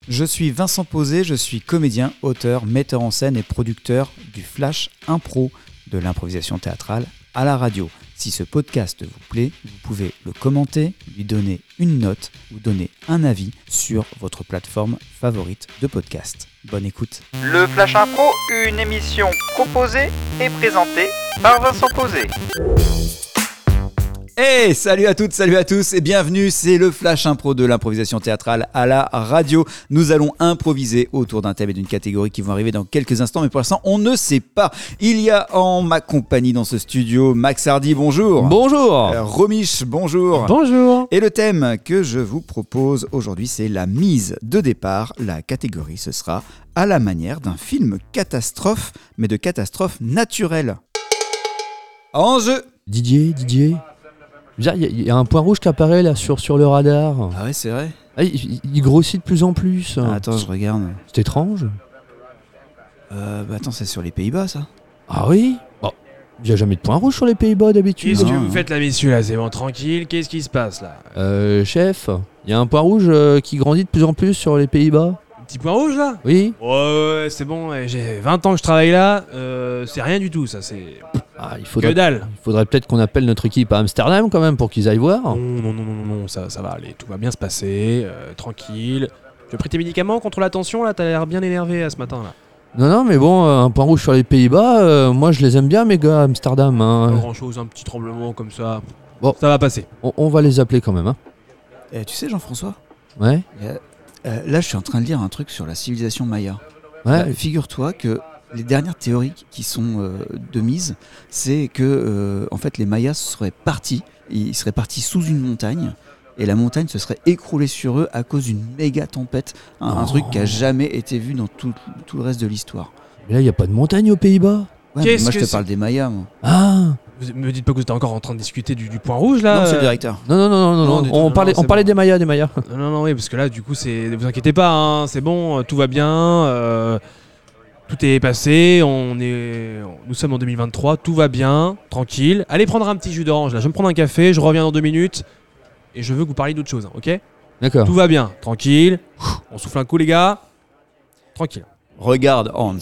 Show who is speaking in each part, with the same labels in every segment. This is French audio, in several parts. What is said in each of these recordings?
Speaker 1: Je suis Vincent Posé, je suis comédien, auteur, metteur en scène et producteur du Flash Impro, de l'improvisation théâtrale à la radio. Si ce podcast vous plaît, vous pouvez le commenter, lui donner une note ou donner un avis sur votre plateforme favorite de podcast. Bonne écoute.
Speaker 2: Le Flash Impro, une émission proposée et présentée par Vincent Posé.
Speaker 1: Hey, salut à toutes, salut à tous et bienvenue, c'est le Flash Impro de l'improvisation théâtrale à la radio. Nous allons improviser autour d'un thème et d'une catégorie qui vont arriver dans quelques instants, mais pour l'instant on ne sait pas. Il y a en ma compagnie dans ce studio Max Hardy, bonjour.
Speaker 3: Bonjour.
Speaker 1: Romiche, bonjour.
Speaker 3: Bonjour.
Speaker 1: Et le thème que je vous propose aujourd'hui, c'est la mise de départ. La catégorie, ce sera à la manière d'un film catastrophe, mais de catastrophe naturelle. En jeu.
Speaker 3: Didier. Il y a un point rouge qui apparaît là sur le radar.
Speaker 1: Ah ouais, c'est vrai.
Speaker 3: Ah, il grossit de plus en plus.
Speaker 1: Attends, je regarde.
Speaker 3: C'est étrange.
Speaker 1: Attends, c'est sur les Pays-Bas, ça.
Speaker 3: Ah oui. Bon, il n'y a jamais de point rouge sur les Pays-Bas d'habitude.
Speaker 4: Qu'est-ce que
Speaker 1: Non.
Speaker 4: vous faites là, messieurs, là? C'est bon, tranquille, qu'est-ce qui se passe là?
Speaker 3: Chef, il y a un point rouge qui grandit de plus en plus sur les Pays-Bas.
Speaker 4: Un petit point rouge là?
Speaker 3: Oui.
Speaker 4: Ouais, c'est bon, j'ai 20 ans que je travaille là, c'est rien du tout, ça, c'est
Speaker 3: Ah, il
Speaker 4: que dalle.
Speaker 3: faudrait peut-être qu'on appelle notre équipe à Amsterdam quand même pour qu'ils aillent voir.
Speaker 4: Non, ça va aller, tout va bien se passer, tranquille. Tu as pris tes médicaments contre la tension là? T'as l'air bien énervé ce matin là.
Speaker 3: Non, mais bon, un point rouge sur les Pays-Bas, moi je les aime bien mes gars à Amsterdam.
Speaker 4: Pas
Speaker 3: Hein.
Speaker 4: grand chose, un petit tremblement comme ça.
Speaker 3: Bon.
Speaker 4: Ça va passer.
Speaker 3: On va les appeler quand même. Hein.
Speaker 1: Tu sais, Jean-François,
Speaker 3: Ouais.
Speaker 1: là, je suis en train de lire un truc sur la civilisation maya.
Speaker 3: Ouais.
Speaker 1: Figure-toi que les dernières théories qui sont de mise, c'est que en fait, les Mayas seraient partis. Ils seraient partis sous une montagne. Et la montagne se serait écroulée sur eux à cause d'une méga tempête. Un truc qui a jamais été vu dans tout le reste de l'histoire.
Speaker 3: Mais là, il n'y a pas de montagne aux Pays-Bas.
Speaker 1: Ouais, mais
Speaker 4: Qu'est-ce
Speaker 1: moi, je
Speaker 4: que
Speaker 1: te parle des Mayas, moi.
Speaker 3: Ah.
Speaker 4: Vous me dites pas que vous êtes encore en train de discuter du point rouge là?
Speaker 1: Non, monsieur le directeur.
Speaker 3: Non.
Speaker 4: Non, du tout,
Speaker 3: On
Speaker 4: non,
Speaker 3: parlait
Speaker 4: c'est
Speaker 3: des
Speaker 4: bon.
Speaker 3: Mayas.
Speaker 4: Non, oui, parce que là, du coup, vous inquiétez pas, hein, c'est bon, tout va bien, tout est passé, nous sommes en 2023, tout va bien, tranquille. Allez prendre un petit jus d'orange, là, je vais me prendre un café, je reviens dans 2 minutes, et je veux que vous parliez d'autre chose, hein, ok?
Speaker 3: D'accord.
Speaker 4: Tout va bien, tranquille, on souffle un coup, les gars, tranquille.
Speaker 1: Regarde, Hans.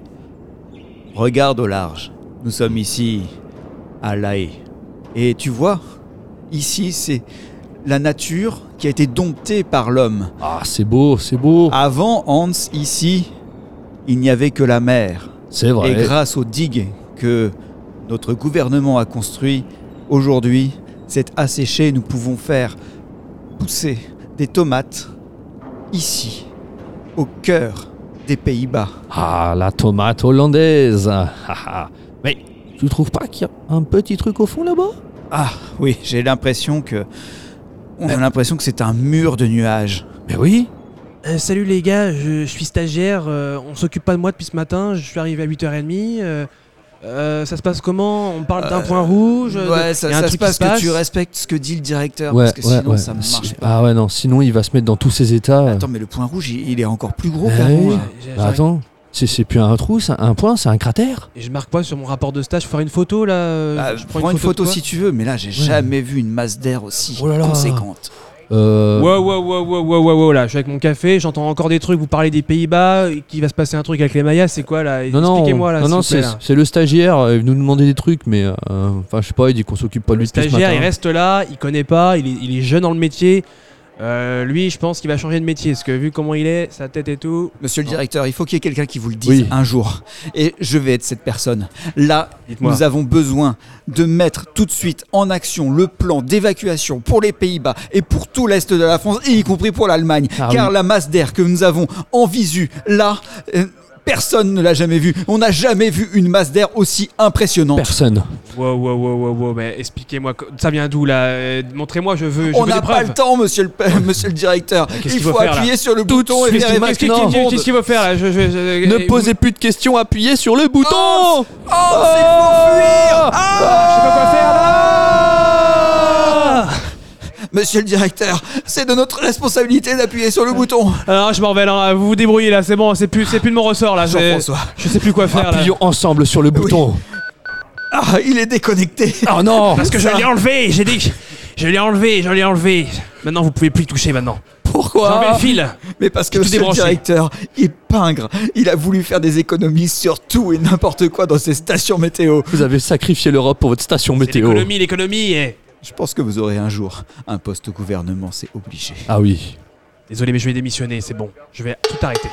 Speaker 1: Regarde au large. Nous sommes ici, à La Haye. Et tu vois, ici, c'est la nature qui a été domptée par l'homme.
Speaker 3: Ah, c'est beau.
Speaker 1: Avant, Hans, ici, il n'y avait que la mer.
Speaker 3: C'est vrai.
Speaker 1: Et grâce aux digues que notre gouvernement a construit, aujourd'hui, c'est asséché. Nous pouvons faire pousser des tomates ici, au cœur des Pays-Bas.
Speaker 3: Ah, la tomate hollandaise. Mais tu trouves pas qu'il y a un petit truc au fond là-bas?
Speaker 1: Ah oui, j'ai l'impression que... On a l'impression que c'est un mur de nuages.
Speaker 3: Mais oui.
Speaker 4: Salut les gars, je suis stagiaire, on s'occupe pas de moi depuis ce matin, je suis arrivé à 8h30, ça se passe comment? On parle d'un point rouge?
Speaker 1: Ouais,
Speaker 4: y a
Speaker 1: ça
Speaker 4: un
Speaker 1: se
Speaker 4: truc
Speaker 1: passe
Speaker 4: qui se
Speaker 1: que tu respectes ce que dit le directeur,
Speaker 3: Ouais,
Speaker 1: parce que sinon
Speaker 3: ouais.
Speaker 1: ça ne marche pas.
Speaker 3: Ah ouais, non, sinon il va se mettre dans tous ses états.
Speaker 1: Attends, mais le point rouge, il est encore plus gros
Speaker 3: Eh
Speaker 1: qu'avant.
Speaker 3: oui.
Speaker 1: là.
Speaker 3: Bah, attends, c'est plus un trou, c'est un point, c'est un cratère.
Speaker 4: Et je marque pas sur mon rapport de stage, faut faire une photo là?
Speaker 1: Bah,
Speaker 4: Je
Speaker 1: prends une photo
Speaker 4: de quoi?
Speaker 1: si tu veux, mais là j'ai jamais vu une masse d'air aussi
Speaker 3: Oh là là.
Speaker 1: conséquente.
Speaker 4: Wow, là, je suis avec mon café, j'entends encore des trucs, vous parlez des Pays-Bas, qu'il va se passer un truc avec les Mayas, c'est quoi là? Expliquez-moi là,
Speaker 3: non,
Speaker 4: s'il vous plaît, là.
Speaker 3: c'est le stagiaire, il veut nous demander des trucs, mais enfin, je sais pas, il dit qu'on s'occupe pas de
Speaker 4: Le
Speaker 3: lui depuis ce
Speaker 4: stagiaire,
Speaker 3: matin.
Speaker 4: il reste là, il connaît pas, il est jeune dans le métier. Lui, je pense qu'il va changer de métier, parce que vu comment il est, sa tête et tout.
Speaker 1: Monsieur le directeur, il faut qu'il y ait quelqu'un qui vous le dise
Speaker 3: Oui.
Speaker 1: un jour. Et je vais être cette personne. Là,
Speaker 4: Dites-moi.
Speaker 1: nous avons besoin de mettre tout de suite en action le plan d'évacuation pour les Pays-Bas et pour tout l'Est de la France, et y compris pour l'Allemagne.
Speaker 3: Ah
Speaker 1: car
Speaker 3: oui.
Speaker 1: la masse d'air que nous avons en visu, là, personne ne l'a jamais vu. On n'a jamais vu une masse d'air aussi impressionnante.
Speaker 3: Personne.
Speaker 4: Wow, mais expliquez-moi, ça vient d'où là? Montrez-moi, je veux
Speaker 1: On
Speaker 4: des
Speaker 1: n'a pas
Speaker 4: preuves.
Speaker 1: le temps, monsieur le directeur.
Speaker 4: qu'est-ce
Speaker 1: Il
Speaker 4: qu'il faut
Speaker 1: faut
Speaker 4: faire, là?
Speaker 1: appuyer sur le bouton et
Speaker 3: de suite,
Speaker 1: faire
Speaker 3: Max,
Speaker 1: évacuer tout le monde.
Speaker 4: Qu'est-ce qu'il faut faire là?
Speaker 3: Ne posez plus de questions, appuyez sur le bouton.
Speaker 1: Oh, il faut fuir.
Speaker 4: Je sais pas quoi faire là!
Speaker 1: Monsieur le directeur, c'est de notre responsabilité d'appuyer sur le bouton.
Speaker 4: Alors je m'en vais là, vous vous débrouillez là, c'est bon, c'est plus de mon ressort là.
Speaker 1: Jean-François.
Speaker 4: Je sais plus quoi faire là.
Speaker 3: Appuyons ensemble sur le bouton.
Speaker 1: Ah, il est déconnecté.
Speaker 3: Oh non.
Speaker 4: Parce que je l'ai enlevé, j'ai dit. Je l'ai enlevé. Maintenant vous pouvez plus y toucher maintenant.
Speaker 3: Pourquoi?
Speaker 4: J'ai enlevé le fil.
Speaker 1: Mais parce que
Speaker 4: Tout
Speaker 1: monsieur le
Speaker 4: débranché.
Speaker 1: directeur est pingre. Il a voulu faire des économies sur tout et n'importe quoi dans ses stations météo.
Speaker 3: Vous avez sacrifié l'Europe pour votre station
Speaker 4: C'est
Speaker 3: météo.
Speaker 4: l'économie.
Speaker 1: Je pense que vous aurez un jour un poste au gouvernement, c'est obligé.
Speaker 3: Ah oui.
Speaker 4: Désolé, mais je vais démissionner, c'est bon. Je vais tout arrêter.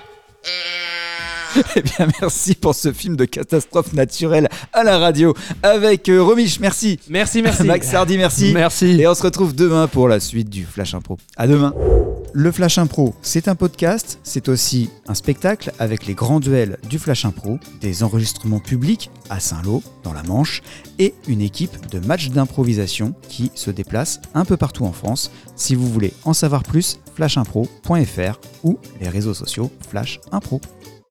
Speaker 1: Eh bien, merci pour ce film de catastrophe naturelle à la radio avec Romiche, merci.
Speaker 4: Merci.
Speaker 1: Max Sardi, merci.
Speaker 3: Merci.
Speaker 1: Et on se retrouve demain pour la suite du Flash Impro. À demain. Le Flash Impro, c'est un podcast, c'est aussi un spectacle avec les grands duels du Flash Impro, des enregistrements publics à Saint-Lô, dans la Manche, et une équipe de matchs d'improvisation qui se déplace un peu partout en France. Si vous voulez en savoir plus, flashimpro.fr ou les réseaux sociaux Flash Impro.